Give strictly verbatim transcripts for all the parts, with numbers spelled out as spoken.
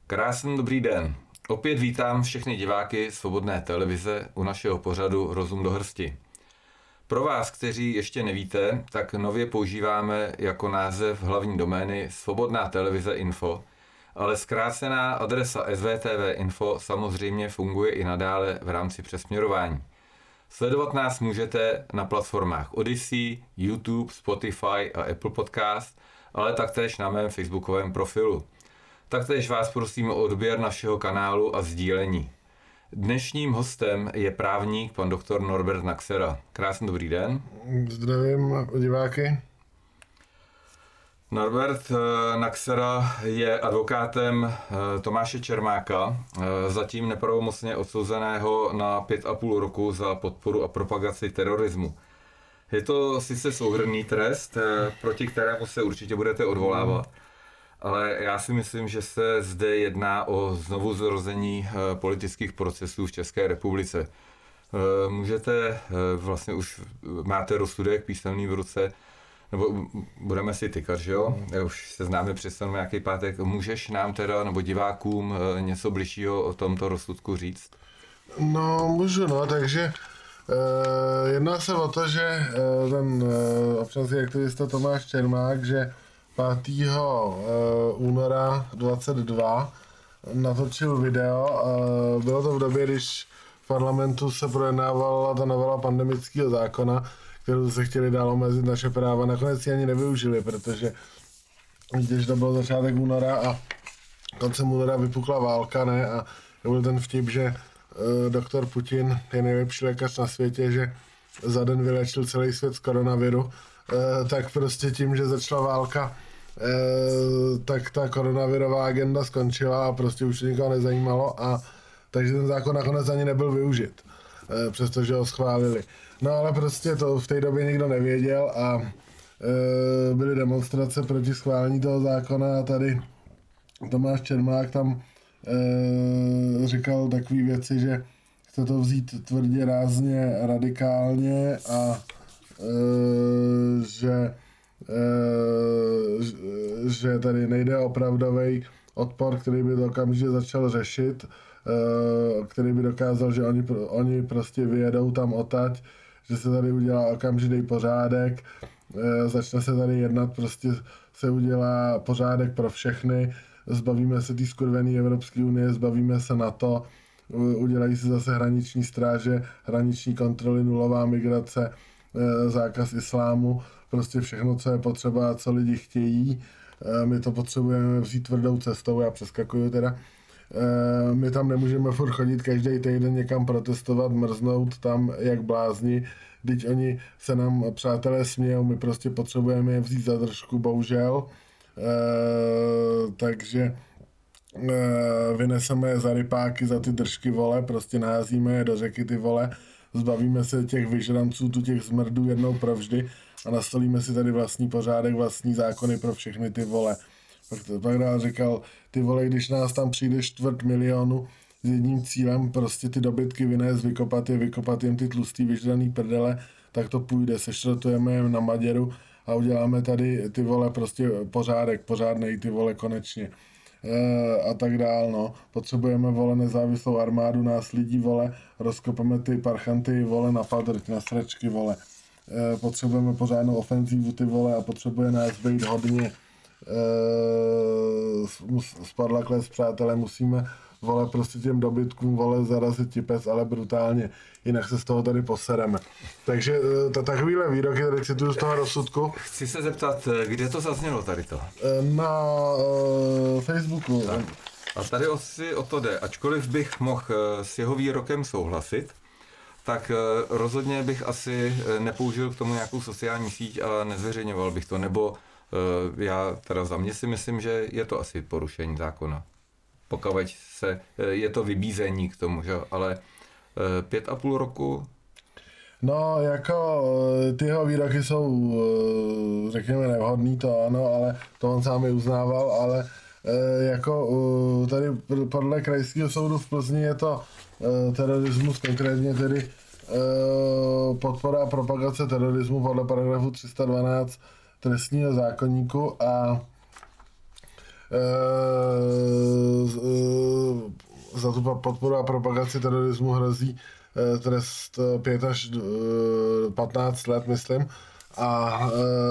Krásný dobrý den. Opět vítám všechny diváky Svobodné televize u našeho pořadu Rozum do hrsti. Pro vás, kteří ještě nevíte, tak nově používáme jako název hlavní domény Svobodná televize info, ale zkrácená adresa S V T V info samozřejmě funguje i nadále v rámci přesměrování. Sledovat nás můžete na platformách Odyssey, YouTube, Spotify a Apple Podcast, ale taktéž na mém facebookovém profilu. Taktéž vás prosím o odběr našeho kanálu a sdílení. Dnešním hostem je právník pan doktor Norbert Naxera. Krásný dobrý den. Zdravím diváky. Norbert Naxera je advokátem Tomáše Čermáka, zatím nepravomocně odsouzeného na pět a půl roku za podporu a propagaci terorismu. Je to sice souhrnný trest, proti kterému se určitě budete odvolávat, ale já si myslím, že se zde jedná o znovu zrození politických procesů v České republice. Můžete, vlastně už máte rozsudek písemný v ruce, nebo budeme si tykat, že jo? Už se známe přes ten nějaký pátek. Můžeš nám teda, nebo divákům, něco bližšího o tomto rozsudku říct? No, můžu, no, takže uh, jedná se o to, že uh, ten uh, občanský aktivista Tomáš Čermák, že pátého února dvacet dva natočil video. Uh, bylo to v době, když v parlamentu se projednávala ta novela pandemického zákona, kterou se chtěli dál omezit naše práva. Nakonec si ani nevyužili, protože když to byl začátek února a koncem února vypukla válka, ne? A to byl ten vtip, že uh, doktor Putin je nejlepší lékař na světě, že za den vylečil celý svět z koronaviru. Uh, tak prostě tím, že začala válka, uh, tak ta koronavirová agenda skončila a prostě už nikoho nezajímalo, a takže ten zákon nakonec ani nebyl využit, uh, přestože ho schválili. No ale prostě to v té době nikdo nevěděl a uh, byly demonstrace proti schválení toho zákona a tady Tomáš Čermák tam uh, říkal takové věci, že chce to vzít tvrdě, rázně, radikálně a Uh, že, uh, že tady nejde o opravdový odpor, který by to okamžitě začal řešit, uh, který by dokázal, že oni, oni prostě vyjedou tam odtať, že se tady udělá okamžitý pořádek, uh, začne se tady jednat, prostě se udělá pořádek pro všechny, zbavíme se té skurvené Evropské unie, zbavíme se NATO, uh, udělají se zase hraniční stráže, hraniční kontroly, nulová migrace, zákaz islámu, prostě všechno, co je potřeba, co lidi chtějí. My to potřebujeme vzít tvrdou cestou, já přeskakuju teda. My tam nemůžeme furt chodit každý týden někam protestovat, mrznout tam jak blázni, když oni se nám, přátelé, smějou, my prostě potřebujeme je vzít za držku, bohužel. Takže vyneseme je za rypáky, za ty držky, vole, prostě naházíme je do řeky, ty vole, zbavíme se těch vyžranců, tu těch zmrdů jednou provždy a nastolíme si tady vlastní pořádek, vlastní zákony pro všechny, ty vole. Pak, pak dál říkal, ty vole, když nás tam přijde čtvrt milionu s jedním cílem, prostě ty dobytky vynést, vykopat je, vykopat jim ty tlustý vyžraný prdele, tak to půjde, sešrotujeme je na Maděru a uděláme tady, ty vole, prostě pořádek, pořádnej, ty vole, konečně. E, a tak dál, no. Potřebujeme, vole, nezávislou armádu, nás lidí, vole, rozkopeme ty parchanty, vole, na padrť, na sračky, vole. E, potřebujeme pořádnou ofenzívu, ty vole, a potřebuje nás být hodně e, spadla kles, přátelé, musíme, vole, prostě těm dobytkům, vole, zarazit ti pes, ale brutálně, jinak se z toho tady posereme. Takže ta takovýhle výroky, tady cituju z toho rozsudku. Chci se zeptat, kde to zaznělo tady to? Na uh, Facebooku. Tak. A tady si o to jde. Ačkoliv bych mohl s jeho výrokem souhlasit, tak rozhodně bych asi nepoužil k tomu nějakou sociální síť a nezveřejňoval bych to, nebo já teda za mě si myslím, že je to asi porušení zákona. Pokud se, je to vybízení k tomu, že? Ale pět a půl roku. No, jako ty jeho výroky jsou, řekněme, nevhodný, to ano, ale to on sám i uznával, ale jako tady podle Krajského soudu v Plzni je to terorismus, konkrétně tedy podpora a propagace terorismu podle paragrafu tři sta dvanáct trestního zákoníku a za tu podporu a propagaci terorismu hrozí trest pět až patnáct let, myslím. A,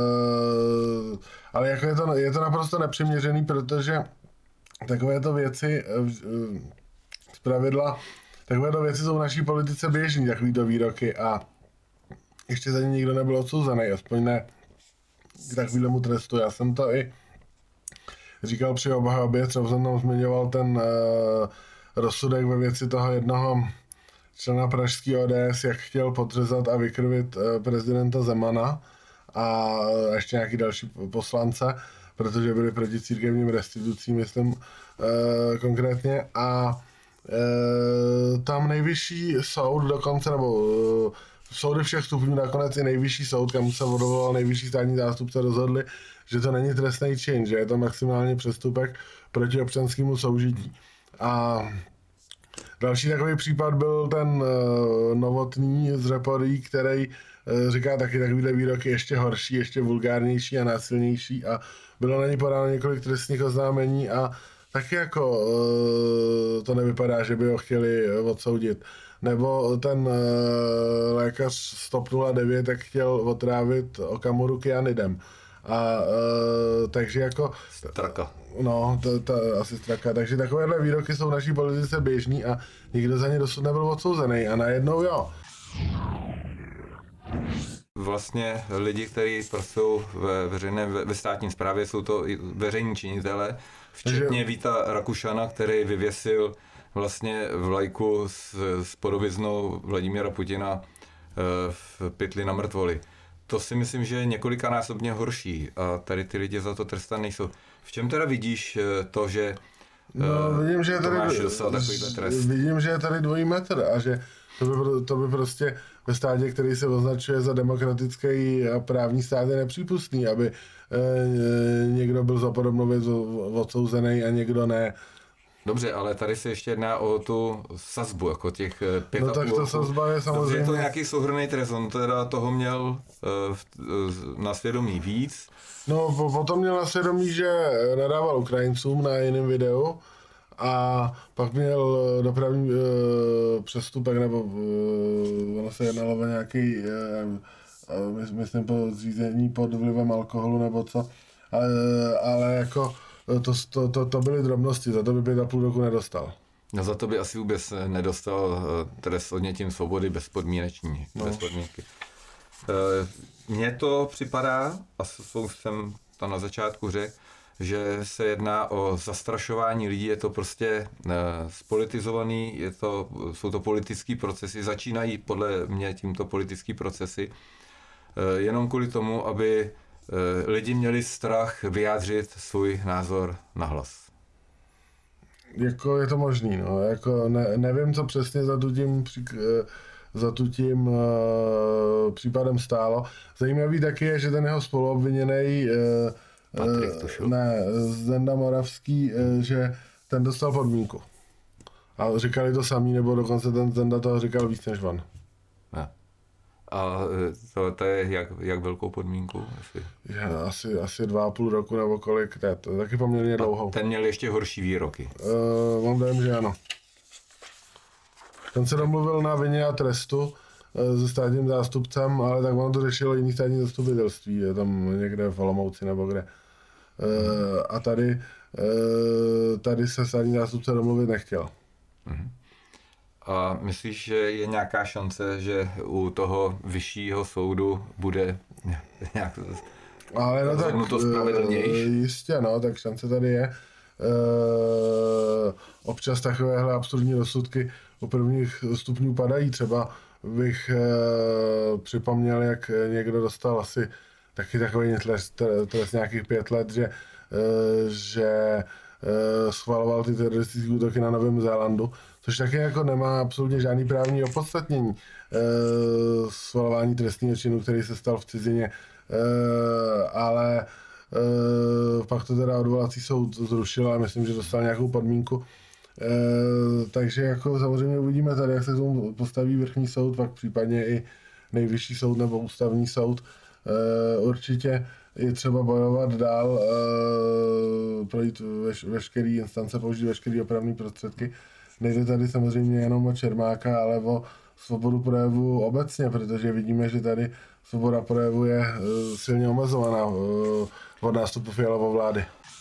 ale jako je to, je to naprosto nepřiměřený, protože takovéto věci z pravidla, takovéto věci jsou v naší politice běžný, takovýto výroky a ještě za ně nikdo nebyl odsouzený, aspoň ne k takovému trestu. Já jsem to i říkal při obhajobě, třeba jsem tam zmiňoval ten uh, rozsudek ve věci toho jednoho člena pražský O D S, jak chtěl podřezat a vykrvit uh, prezidenta Zemana a uh, ještě nějaký další poslance, protože byli proti církevním restitucím, myslím uh, konkrétně. A uh, tam nejvyšší soud dokonce, nebo uh, soudy všech stupňů, nakonec i nejvyšší soud, kam se odvolal nejvyšší státní zástupce, rozhodli, že to není trestný čin, že je to maximálně přestupek proti občanskému soužití. A další takový případ byl ten uh, Novotný z Řeporí, který uh, říká taky takovýhle výroky ještě horší, ještě vulgárnější a násilnější a bylo na ní podáno několik trestních oznámení a taky jako uh, to nevypadá, že by ho chtěli odsoudit. Nebo ten uh, lékař z TOP nula devět, jak chtěl otrávit Okamuru kyanidem. A uh, takže jako... Straka. No, to, to asi straka. Takže takovéhle výroky jsou v naší politice běžný a nikdo za ně dosud nebyl odsouzený. A najednou jo. Vlastně lidi, kteří pracují ve veřejné, ve státní správě, jsou to i veřejní činitele, včetně Víta Rakušana, který vyvěsil vlastně vlajku s, s podobiznou Vladimíra Putina v pytli na mrtvoli. To si myslím, že je několikanásobně horší a tady ty lidi za to trestaný nejsou. V čem teda vidíš to, že no, vidím, že je tady, Tomáš dostal takovýhle trest? Vidím, že je tady dvojí metr a že to by, to by prostě ve státě, který se označuje za demokratický a právní stát, je nepřípustný, aby e, někdo byl za podobnou věc odsouzený a někdo ne. Dobře, ale tady se ještě jedná o tu sazbu, jako těch pět no a tak půl. to sazba je samozřejmě... Je to nějaký souhrnný trest, on teda toho měl uh, na svědomí víc. No po, potom měl na svědomí, že nadával Ukrajincům na jiném videu a pak měl dopravní uh, přestupek, nebo uh, ono se jednalo o nějaký, uh, uh, myslím po zřízení pod vlivem alkoholu nebo co, ale, ale jako To, to, to, to byly drobnosti, za to by pět a půl roku nedostal. No za to by asi vůbec nedostal trest odnětím svobody bezpodmíneční, no. bez podmínky. Mně to připadá, a jsem to na začátku řekl, že se jedná o zastrašování lidí, je to prostě spolitizovaný, je to, jsou to politické procesy, začínají podle mě tímto politické procesy, jenom kvůli tomu, aby lidi měli strach vyjádřit svůj názor nahlas. Jako je to možný, no. Jako ne, nevím, co přesně za tu tím, za tu tím uh, případem stálo. Zajímavý taky je, že ten jeho spoluobviněnej uh, Patrik, uh, ne, Zdenda Moravský, uh, že ten dostal podmínku. A říkali to samý, nebo dokonce ten Zdenda toho říkal víc než on. Ne. A to, to je jak, jak velkou podmínku? Asi, je, asi, asi dva a půl roku nebo kolik, to je, to je taky poměrně dlouhou. Ten měl ještě horší výroky. Uh, mám dojem, že ano. Ten se domluvil na vině a trestu uh, se státním zástupcem, ale tak on to řešilo jiný státní zastupitelství, je tam někde v Olomouci nebo kde. Uh, a tady, uh, tady se státní zástupce domluvit nechtěl. Uh-huh. A myslíš, že je nějaká šance, že u toho vyššího soudu bude nějak ale no tak, to spravedlnější? Jistě, no, tak šance tady je. E, občas takovéhle absurdní rozsudky u prvních stupňů padají. Třeba bych e, připomněl, jak někdo dostal asi taky takový trest, trest nějakých pět let, že, e, že e, schvaloval ty teroristické útoky na Novém Zélandu, což taky jako nemá absolutně žádný právní opodstatnění. E, schvalování trestního činu, který se stal v cizině, e, ale e, pak to teda odvolací soud zrušil a myslím, že dostal nějakou podmínku. E, takže jako samozřejmě uvidíme tady, jak se k tomu postaví vrchní soud, pak případně i nejvyšší soud nebo ústavní soud. E, určitě je třeba bojovat dál, e, projít veš, veškerý instance, použít veškerý opravný prostředky. Nejde tady samozřejmě jenom o Čermáka, ale o svobodu projevu obecně, protože vidíme, že tady svoboda projevu je e, silně omezovaná e, od nástupu Fialovy vlády.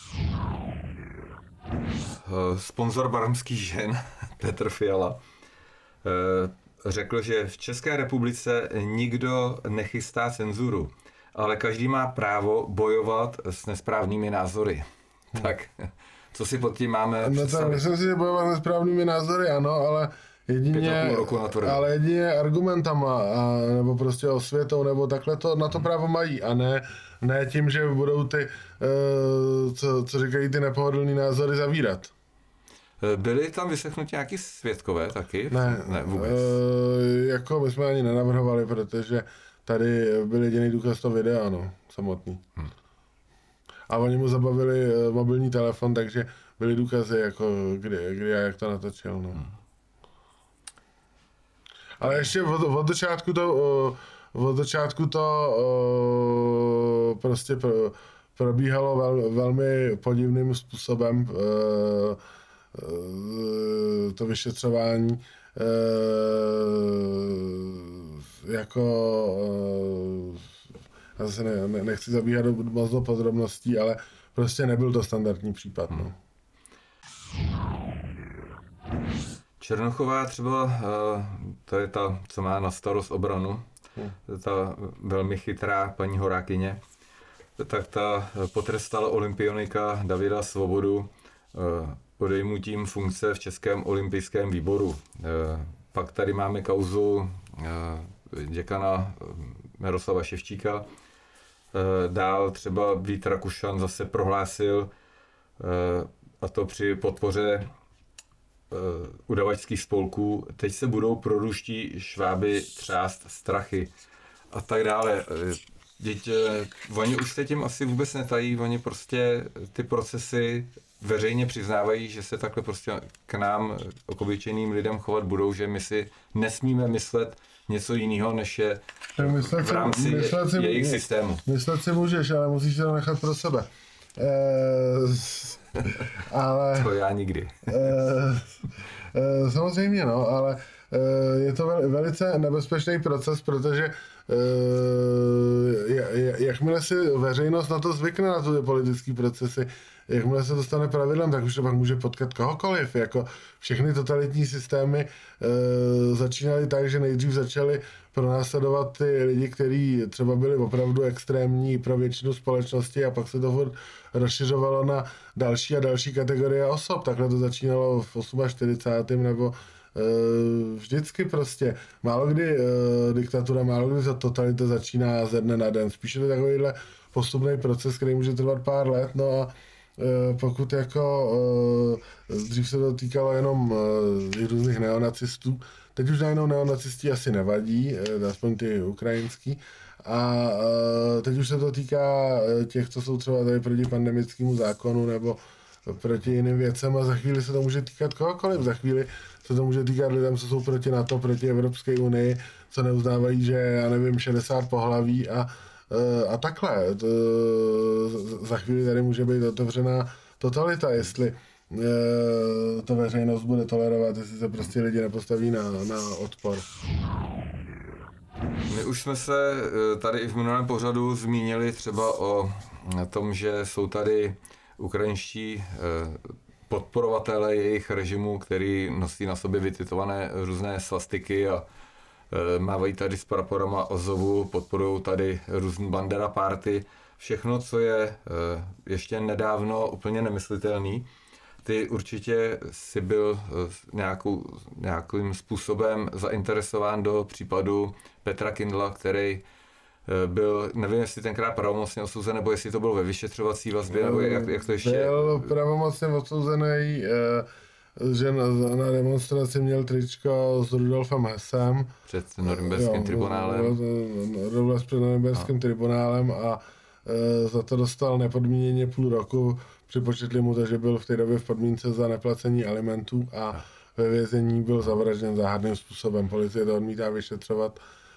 Sponzor barmských žen Petr Fiala řekl, že v České republice nikdo nechystá cenzuru, ale každý má právo bojovat s nesprávnými názory. Hmm. Tak, co si pod tím máme no představit? Myslím si, že bojovat s nesprávnými názory, ano, ale jedině, ale jedině argumentama, a, nebo prostě osvětou, nebo takhle to, na to právo mají, a ne, ne tím, že budou ty, uh, co, co říkají ty nepohodlný názory, zavírat. Byli tam vyslechnuti nějaký svědkové taky? Ne, ne vůbec. Uh, jako my jsme ani nenavrhovali, protože tady byl jediný důkaz to video, no, samotný. Hmm. A oni mu zabavili uh, mobilní telefon, takže byly důkazy, jako kdy, kdy a jak to natočil, no. Hmm. Ale ještě od, od začátku to, uh, od začátku to uh, prostě pro, probíhalo vel, velmi podivným způsobem, uh, uh, to vyšetřování, uh, jako uh, já se ne, ne, nechci zabíhat do moc do podrobností, ale prostě nebyl to standardní případ. No. Černochová třeba, to je ta, co má na starost obranu, ta velmi chytrá paní Horákyně, tak ta potrestala olympionika Davida Svobodu odejmutím funkce v Českém olympijském výboru. Pak tady máme kauzu děkana Miroslava Ševčíka. Dál třeba Vít Rakušan zase prohlásil, a to při podpoře udavačských spolků, teď se budou proruští šváby třást strachy a tak dále. Teď, oni už se tím asi vůbec netají, oni prostě ty procesy veřejně přiznávají, že se takhle prostě k nám, k obyčejným lidem chovat budou, že my si nesmíme myslet něco jiného, než je v rámci je, si, jejich mě, systému. Myslet si můžeš, ale musíš to nechat pro sebe. E, ale, to já nikdy. E, e, samozřejmě, no, ale e, je to vel, velice nebezpečný proces, protože e, jakmile si veřejnost na to zvykne, na ty politické procesy, jakmile se to stane pravidlem, tak už to pak může potkat kohokoliv. Jako všechny totalitní systémy e, začínaly tak, že nejdřív začaly pronásledovat ty lidi, kteří třeba byli opravdu extrémní pro většinu společnosti, a pak se to rozšiřovalo na další a další kategorie osob. Takhle to začínalo v čtyřicátém osmém nebo e, vždycky prostě. Málo kdy e, diktatura, málo kdy totalita začíná ze dne na den. Spíše to takovýhle postupný proces, který může trvat pár let. No a pokud jako dřív se to týkalo jenom různých neonacistů, teď už najednou neonacisti asi nevadí, aspoň ty ukrajinský, a teď už se to týká těch, co jsou třeba tady proti pandemickému zákonu nebo proti jiným věcem, a za chvíli se to může týkat kohokoliv, za chvíli se to může týkat lidem, co jsou proti NATO, proti Evropské unii, co neuznávají, že já nevím, šedesát pohlaví a A takhle, to, za chvíli tady může být otevřená totalita, jestli e, to veřejnost bude tolerovat, jestli se prostě lidi nepostaví na, na odpor. My už jsme se tady i v minulém pořadu zmínili třeba o tom, že jsou tady ukrajinští podporovatelé jejich režimu, který nosí na sobě vytitované různé svastiky a mávají tady s praporama Azovu, podporují tady různý Bandera party, všechno, co je ještě nedávno úplně nemyslitelný. Ty určitě si byl nějakou, nějakým způsobem zainteresován do případu Petra Kindla, který byl, nevím, jestli tenkrát pravomocně odsouzen, nebo jestli to bylo ve vyšetřovací vazbě, nebo jak, jak to ještě... Byl pravomocně odsouzený, že na, na demonstraci měl tričko s Rudolfem Hessem. Před norimberským tribunálem. Rudolf před norimberským tribunálem a e, za to dostal nepodmíněně půl roku. Připočetli mu to, že byl v té době v podmínce za neplacení alimentů a ve vězení byl zavražděn záhadným způsobem. Policie to odmítá vyšetřovat.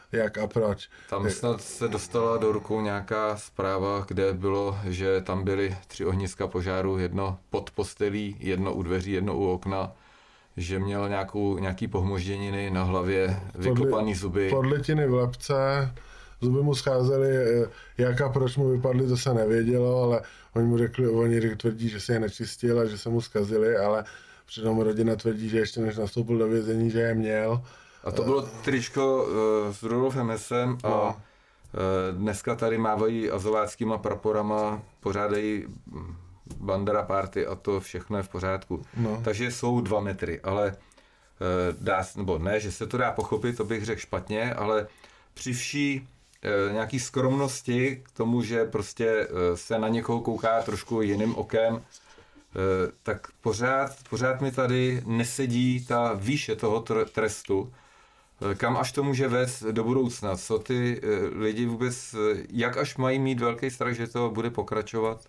jak a proč. Tam snad se dostala do rukou nějaká zpráva, kde bylo, že tam byly tři ohniska požáru, jedno pod postelí, jedno u dveří, jedno u okna, že měl nějakou, nějaký pohmožděniny na hlavě, vykopaný zuby. Podlitiny v lebce, zuby mu scházely, jak a proč mu vypadly, to se nevědělo, ale oni mu řekli, oni tvrdí, že se je nečistil a že se mu zkazily, ale přitom rodina tvrdí, že ještě než nastoupil do vězení, že je měl. A to bylo tričko uh, s Rudolfem Hessem a no. uh, dneska tady mávají azováckýma praporama, pořádají Bandera party a to všechno je v pořádku. No. Takže jsou dva metry, ale uh, dá, nebo ne, že se to dá pochopit, to bych řekl špatně, ale při vší uh, nějaký skromnosti k tomu, že prostě uh, se na někoho kouká trošku jiným okem, Uh, tak pořád, pořád mi tady nesedí ta výše toho trestu, uh, kam až to může vést do budoucna, co ty uh, lidi vůbec, uh, jak až mají mít velký strach, že to bude pokračovat?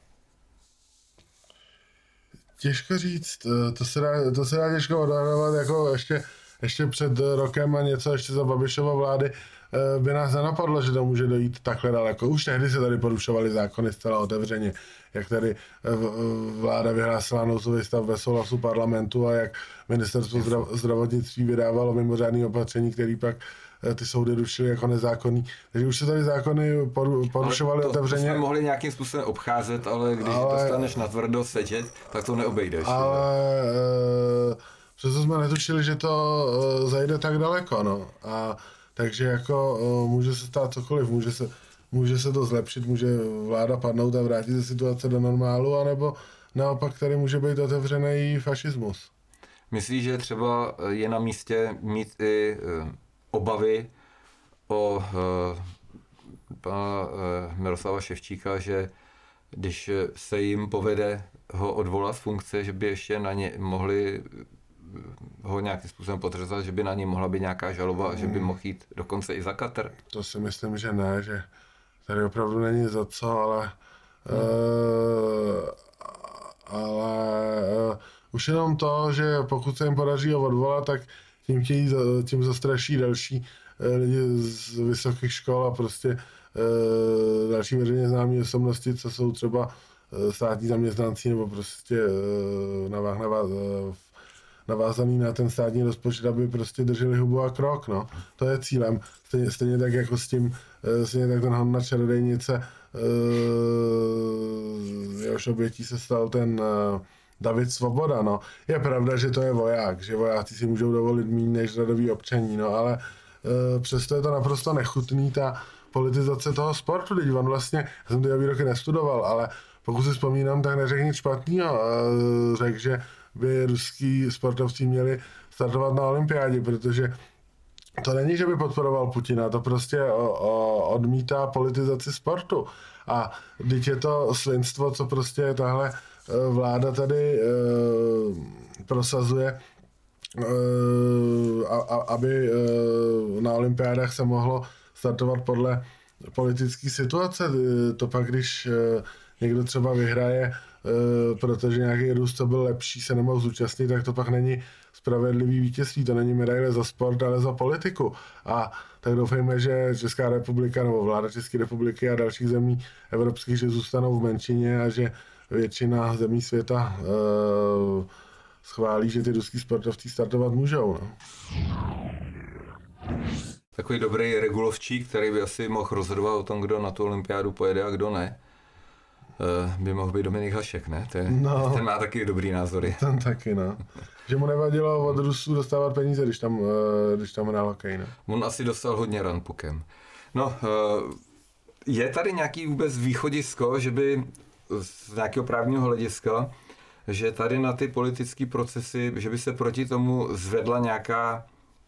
Těžko říct, to se dá, to se dá těžko odhadovat, jako ještě, ještě před rokem a něco, ještě za Babišova vlády by nás nenapadlo, že to může dojít takhle daleko. Už tehdy se tady porušovaly zákony zcela otevřeně, jak tady vláda vyhlásila nouzový stav ve souhlasu parlamentu a jak ministerstvo zdravotnictví vydávalo mimořádné opatření, které pak ty soudy rušily jako nezákonný. Takže už se tady zákony porušovaly otevřeně. To jsme mohli nějakým způsobem obcházet, ale když ale, dostaneš na tvrdo sedět, tak to neobejdeš. Ale e, přesto jsme netušili, že to e, zajde tak daleko. No. A takže jako e, může se stát cokoliv, může se, může se to zlepšit, může vláda padnout a vrátit se situace do normálu, anebo naopak tady může být otevřený fašismus. Myslíš, že třeba je na místě mít i e, obavy o uh, pana uh, Miroslava Ševčíka, že když se jim povede ho odvolat z funkce, že by ještě na ně mohli ho nějakým způsobem potřezat, že by na ně mohla být nějaká žaloba, hmm. že by mohl jít dokonce i za katr? To si myslím, že ne, že tady opravdu není za co, ale hmm. uh, ale uh, už jenom to, že pokud se jim podaří ho odvolat, tak tím, chtějí, tím zastraší další lidi z vysokých škol a prostě e, další veřejně známé osobnosti, co jsou třeba státní zaměstnanci nebo prostě e, navá, navá, navázaný na ten státní rozpočet, aby prostě drželi hubu a krok. No. To je cílem. Stejně, stejně tak jako s tím, stejně tak ten hon na čarodějnice, e, jehož obětí se stal ten e, David Svoboda, no. Je pravda, že to je voják, že vojáci si můžou dovolit méně než řadoví občaní, no, ale e, přesto je to naprosto nechutný, ta politizace toho sportu, teď on vlastně, já jsem ty výroky nestudoval, ale pokud si vzpomínám, tak neřekl nic špatného, e, řekl, že by ruský sportovci měli startovat na olympiádě, protože to není, že by podporoval Putina, to prostě o, o, odmítá politizaci sportu. A teď je to svinstvo, co prostě tahle vláda tady e, prosazuje, e, a, a, aby e, na olympiádách se mohlo startovat podle politické situace. E, to pak, když e, někdo třeba vyhraje, e, protože nějaký růst, co byl lepší, se nemohl zúčastnit, tak to pak není spravedlivý vítězství, to není medaile za sport, ale za politiku. A tak doufejme, že Česká republika nebo vláda České republiky a dalších zemí evropských, že zůstanou v menšině a že většina zemí světa uh, schválí, že ty ruský sportovci startovat můžou. No. Takový dobrý regulovčík, který by asi mohl rozhodovat o tom, kdo na tu olympiádu pojede a kdo ne, uh, by mohl být Dominik Hašek, ne? Ten, no, ten má taky dobrý názory. Ten taky, no. Že mu nevadilo od Rusů dostávat peníze, když tam, uh, když tam hrál hokej, no. On asi dostal hodně ran pukem. No, uh, je tady nějaký vůbec východisko, že by z nějakého právního hlediska, že tady na ty politické procesy, že by se proti tomu zvedla nějaká,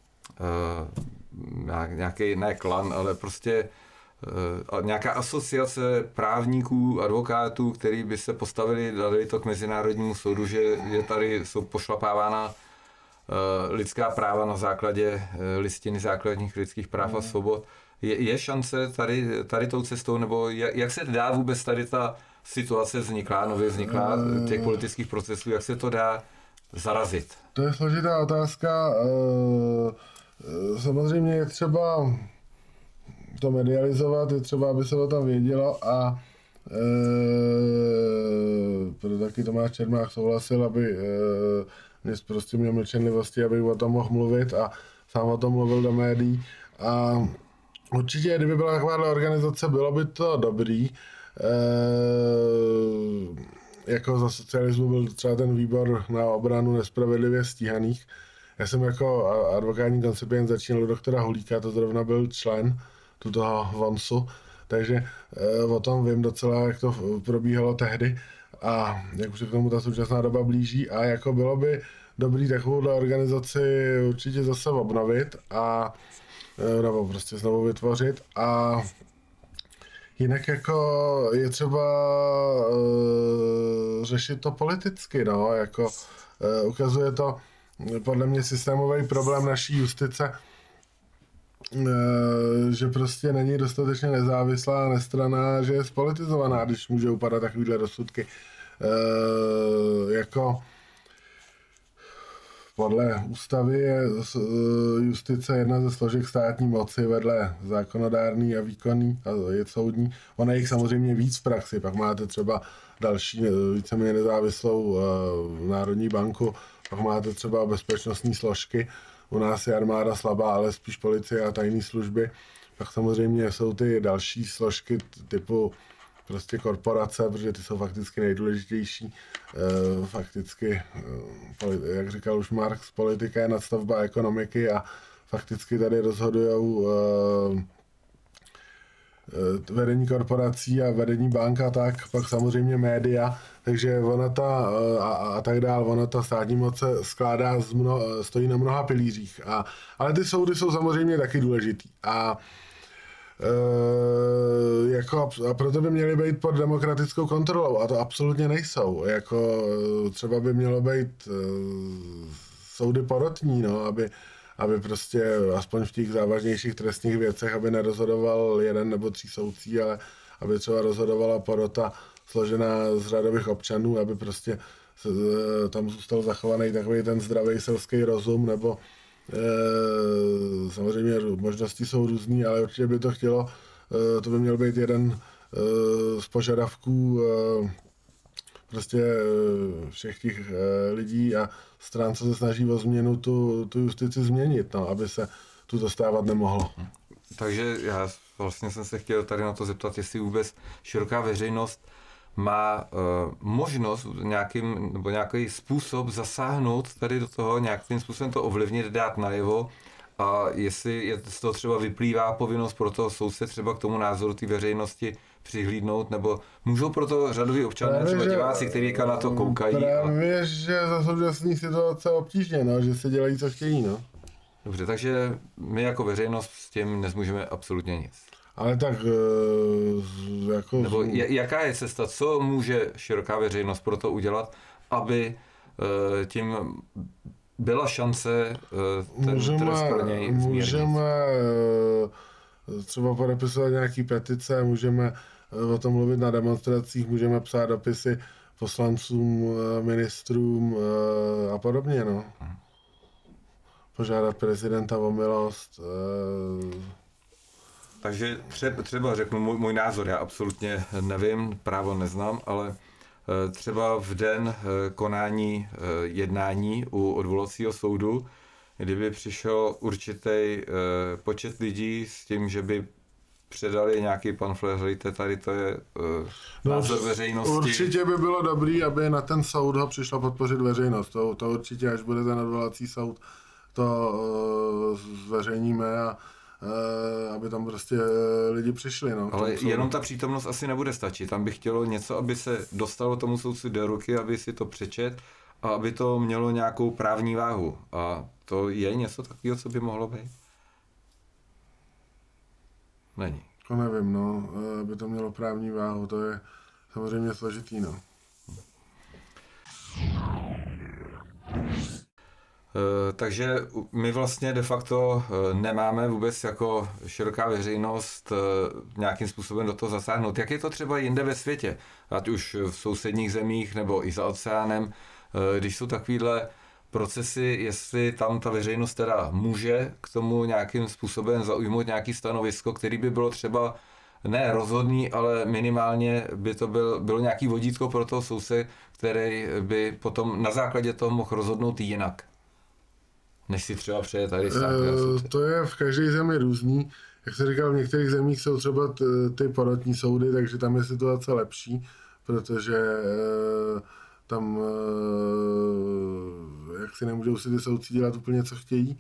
uh, nějaký, ne klan, ale prostě uh, nějaká asociace právníků, advokátů, který by se postavili, dali to k Mezinárodnímu soudu, že je tady jsou pošlapávána uh, lidská práva na základě uh, listiny základních lidských práv mm. a svobod. Je, je šance tady, tady tou cestou, nebo jak, jak se dá vůbec tady ta situace vzniklá, nově vzniklá těch politických procesů, jak se to dá zarazit? To je složitá otázka. Samozřejmě je třeba to medializovat, je třeba, aby se o tom vědělo a e, proto taky Tomáš Čermák souhlasil, aby e, mě prostě měl mlčenlivosti, aby o tom mohl mluvit a sám o tom mluvil do médií. A určitě, kdyby byla takováhle organizace, bylo by to dobrý. E, jako za socialismu byl třeba ten výbor na obranu nespravedlivě stíhaných. Já jsem jako advokátní koncipient začínal u doktora Hulíka, to zrovna byl člen toho VONSu, takže e, o tom vím docela, jak to probíhalo tehdy a jak už se k tomu ta současná doba blíží a jako bylo by dobrý takovouhle organizaci určitě zase obnovit a e, nebo prostě znovu vytvořit a jinak jako je třeba e, řešit to politicky, no, jako e, ukazuje to podle mě systémový problém naší justice, že prostě není dostatečně nezávislá, nestranná, že je spolitizovaná, když může upadat takovýhle rozsudky. Jako podle ústavy je justice jedna ze složek státní moci vedle zákonodárný a výkonný a je soudní. Ona je jich samozřejmě víc v praxi, pak máte třeba další víceméně nezávislou Národní banku, pak máte třeba bezpečnostní složky, u nás je armáda slabá, ale spíš policie a tajné služby. Pak samozřejmě jsou ty další složky typu prostě korporace, protože ty jsou fakticky nejdůležitější. E, fakticky, e, jak říkal už Marx, politika je nadstavba ekonomiky a fakticky tady rozhodujou e, vedení korporací a vedení bank a tak, pak samozřejmě média, takže ona ta a, a tak dál, ona ta státní moc se skládá, z mno, stojí na mnoha pilířích, a, ale ty soudy jsou samozřejmě taky důležitý a e, jako, a proto by měly být pod demokratickou kontrolou a to absolutně nejsou, jako třeba by mělo být e, soudy porotní, no, aby aby prostě aspoň v těch závažnějších trestních věcech, aby nerozhodoval jeden nebo tří soudcí, ale aby třeba rozhodovala porota složená z řadových občanů, aby prostě tam zůstal zachovaný takový ten zdravý selský rozum, nebo e, samozřejmě možnosti jsou různý, ale určitě by to chtělo, e, to by měl být jeden e, z požadavků e, prostě všech těch lidí a stran, co se snaží o změnu tu, tu justici změnit, no, aby se tu dostávat nemohlo. Takže já vlastně jsem se chtěl tady na to zeptat, jestli vůbec široká veřejnost má uh, možnost nějakým, nebo nějaký způsob zasáhnout tady do toho, nějakým způsobem to ovlivnit, dát najevo, a jestli je z toho třeba vyplývá povinnost pro toho soudce třeba k tomu názoru té veřejnosti přihlídnout, nebo můžou proto řadoví občané, právě, třeba diváci, kteří na to koukají. Právě, a... že za současný situace obtížně, no, že se dělají, co chtějí, no. Dobře, takže my jako veřejnost s tím nezmůžeme absolutně nic. Ale tak jako... Nebo jaká je cesta, co může široká veřejnost pro to udělat, aby tím byla šance ten trest pro něj zmírnit? Můžeme třeba podepisovat nějaký petice, můžeme o tom mluvit na demonstracích, můžeme psát dopisy poslancům, ministrům a podobně, no. Požádat prezidenta o milost. Takže třeba řeknu můj, můj názor, já absolutně nevím, právo neznám, ale třeba v den konání jednání u odvolacího soudu, kdyby přišel určitý počet lidí s tím, že by předali nějaký pamflet, hejte, tady to je uh, názor no, veřejnosti. Určitě by bylo dobrý, aby na ten soud ho přišla podpořit veřejnost. To, to určitě, až bude ten odvolací soud, to uh, zveřejníme a uh, aby tam prostě lidi přišli. No, ale jenom ta přítomnost asi nebude stačit. Tam by chtělo něco, aby se dostalo tomu soudci do ruky, aby si to přečet a aby to mělo nějakou právní váhu. A to je něco takového, co by mohlo být? Není. To nevím, no, aby to mělo právní váhu, to je samozřejmě složitý, no. Takže my vlastně de facto nemáme vůbec jako široká veřejnost nějakým způsobem do toho zasáhnout. Jak je to třeba jinde ve světě, ať už v sousedních zemích nebo i za oceánem, když jsou takovýhle procesy, jestli tam ta veřejnost teda může k tomu nějakým způsobem zaujmout nějaký stanovisko, který by bylo třeba ne rozhodný, ale minimálně by to byl, bylo nějaký vodítko pro toho soudce, který by potom na základě toho mohl rozhodnout jinak, než si třeba přeje tady státního soudce. To je v každé zemi různý. Jak jsem říkal, v některých zemích jsou třeba t, ty porotní soudy, takže tam je situace lepší, protože e, tam e, jak si nemůžou si ty soudci dělat úplně, co chtějí.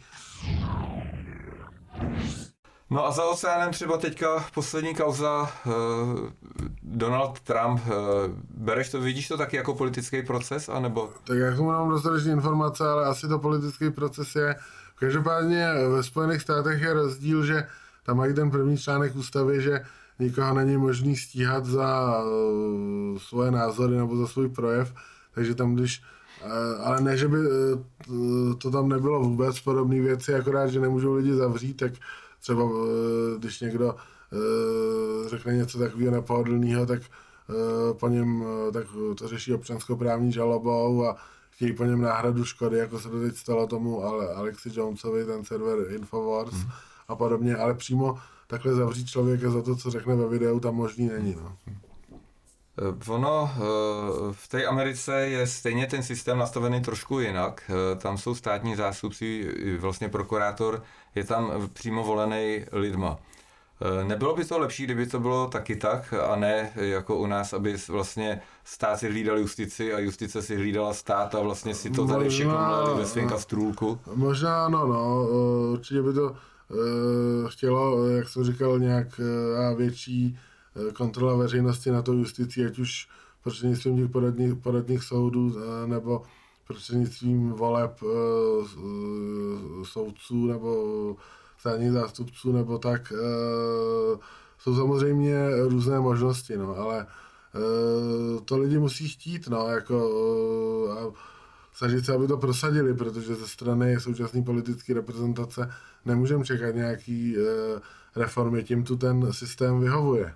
No a za oceánem třeba teďka poslední kauza e, Donald Trump. E, bereš to, vidíš to taky jako politický proces, anebo? Tak já tomu mám dostatečné informace, ale asi to politický proces je. Každopádně ve Spojených státech je rozdíl, že tam mají ten první článek ústavy, že nikoho není možný stíhat za uh, svoje názory nebo za svůj projev, takže tam když, uh, ale ne, že by uh, to tam nebylo vůbec podobné věci, akorát, že nemůžou lidi zavřít, tak třeba uh, když někdo uh, řekne něco takového nepohodlného, tak uh, po něm uh, tak to řeší občanskoprávní žalobou a chtějí po něm náhradu škody, jako se to teď stalo tomu ale Alexi Jonesovi, ten server Infowars mm. a podobně, ale přímo takhle zavřít člověka za to, co řekne ve videu, tam možný není. No. Ono v té Americe je stejně ten systém nastavený trošku jinak. Tam jsou státní zástupci, vlastně prokurátor je tam přímo volený lidma. Nebylo by to lepší, kdyby to bylo taky tak, a ne jako u nás, aby vlastně stát si hlídal justici a justice si hlídala stát a vlastně si to tady všechno dali ve svém kastrůlku? Možná ano, no. Určitě by to chtělo, jak jsem říkal, nějak větší kontrola veřejnosti na to justici, ať už prostřednictvím těch poradních, poradních soudů nebo prostřednictvím voleb soudců nebo státních zástupců nebo tak. Jsou samozřejmě různé možnosti, no, ale to lidi musí chtít, no, jako a snažit se, aby to prosadili, protože ze strany současné politické reprezentace nemůžeme čekat nějaký reformy, tím tu ten systém vyhovuje.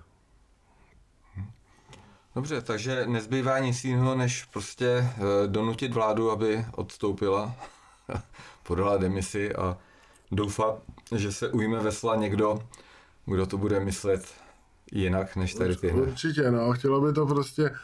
Dobře, takže nezbývá nic jiného, než prostě donutit vládu, aby odstoupila, podala demisi a doufat, že se ujme vesla někdo, kdo to bude myslet jinak, než tady tyhle. Určitě, no. Chtělo by to prostě e,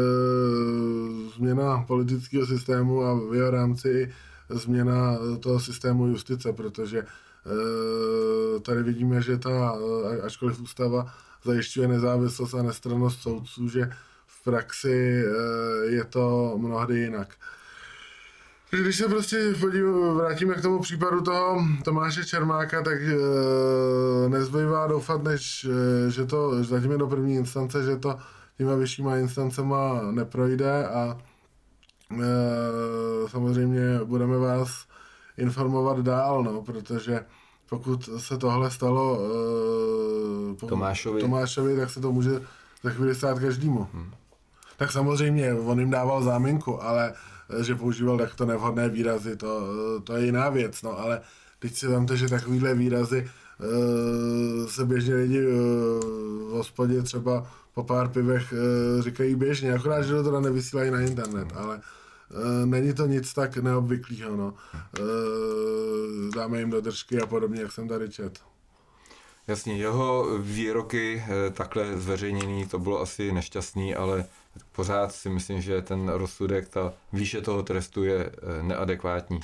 změna politického systému a v jeho rámci změna toho systému justice, protože e, tady vidíme, že ta, ačkoliv ústava zajišťuje nezávislost a nestrannost soudců, že v praxi e, je to mnohdy jinak. Když se prostě podívám, vrátíme k tomu případu toho Tomáše Čermáka, tak e, nezbývá doufat, než e, že to zatím je do první instance, že to těma vyššíma instancema neprojde a e, samozřejmě budeme vás informovat dál, no, protože pokud se tohle stalo e, Tomášovi. Tomášovi, tak se to může za chvíli stát každému. Hmm. Tak samozřejmě on jim dával záminku, ale že používal takto nevhodné výrazy, to, to je jiná věc, no, ale teď si vemte, že takovýhle výrazy uh, se běžně lidi uh, v hospodě třeba po pár pivech uh, říkají běžně, akorát, že to teda nevysílají na internet, ale uh, není to nic tak neobvyklého, no. Uh, dáme jim do držky a podobně, jak jsem tady čet. Jasně, jeho výroky takhle zveřejněný, to bylo asi nešťastný, ale pořád si myslím, že ten rozsudek, ta výše toho trestu je neadekvátní.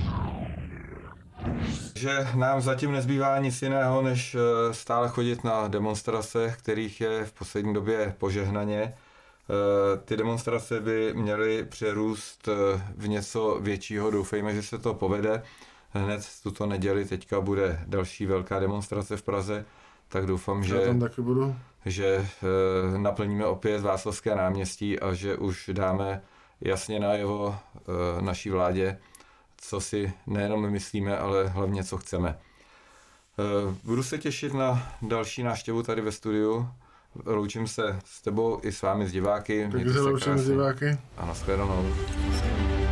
Že nám zatím nezbývá nic jiného, než stále chodit na demonstrace, kterých je v poslední době požehnaně. Ty demonstrace by měly přerůst v něco většího, doufejme, že se to povede. Hned tuto neděli teďka bude další velká demonstrace v Praze, tak doufám, že, tam taky budu. že e, naplníme opět Václavské náměstí a že už dáme jasně najevo e, naší vládě, co si nejenom myslíme, ale hlavně co chceme. E, budu se těšit na další návštěvu tady ve studiu. Loučím se s tebou i s vámi s diváky. Takže se loučím s diváky. A nashledanou.